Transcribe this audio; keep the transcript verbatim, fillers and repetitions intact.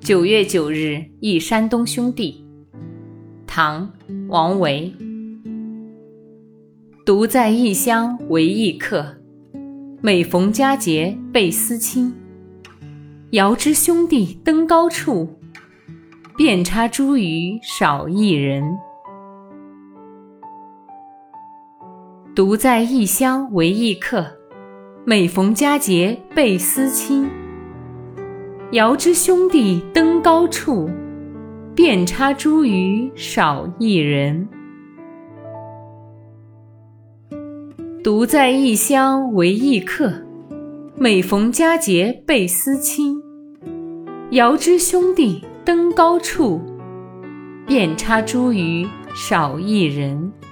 九月九日忆山东兄弟，唐·王维。独在异乡为异客，每逢佳节倍思亲。遥知兄弟登高处，遍插茱萸少一人。独在异乡为异客，每逢佳节倍思亲。遥知兄弟登高处，遍插茱萸少一人。独在异乡为异客，每逢佳节倍思亲。遥知兄弟登高处，遍插茱萸少一人。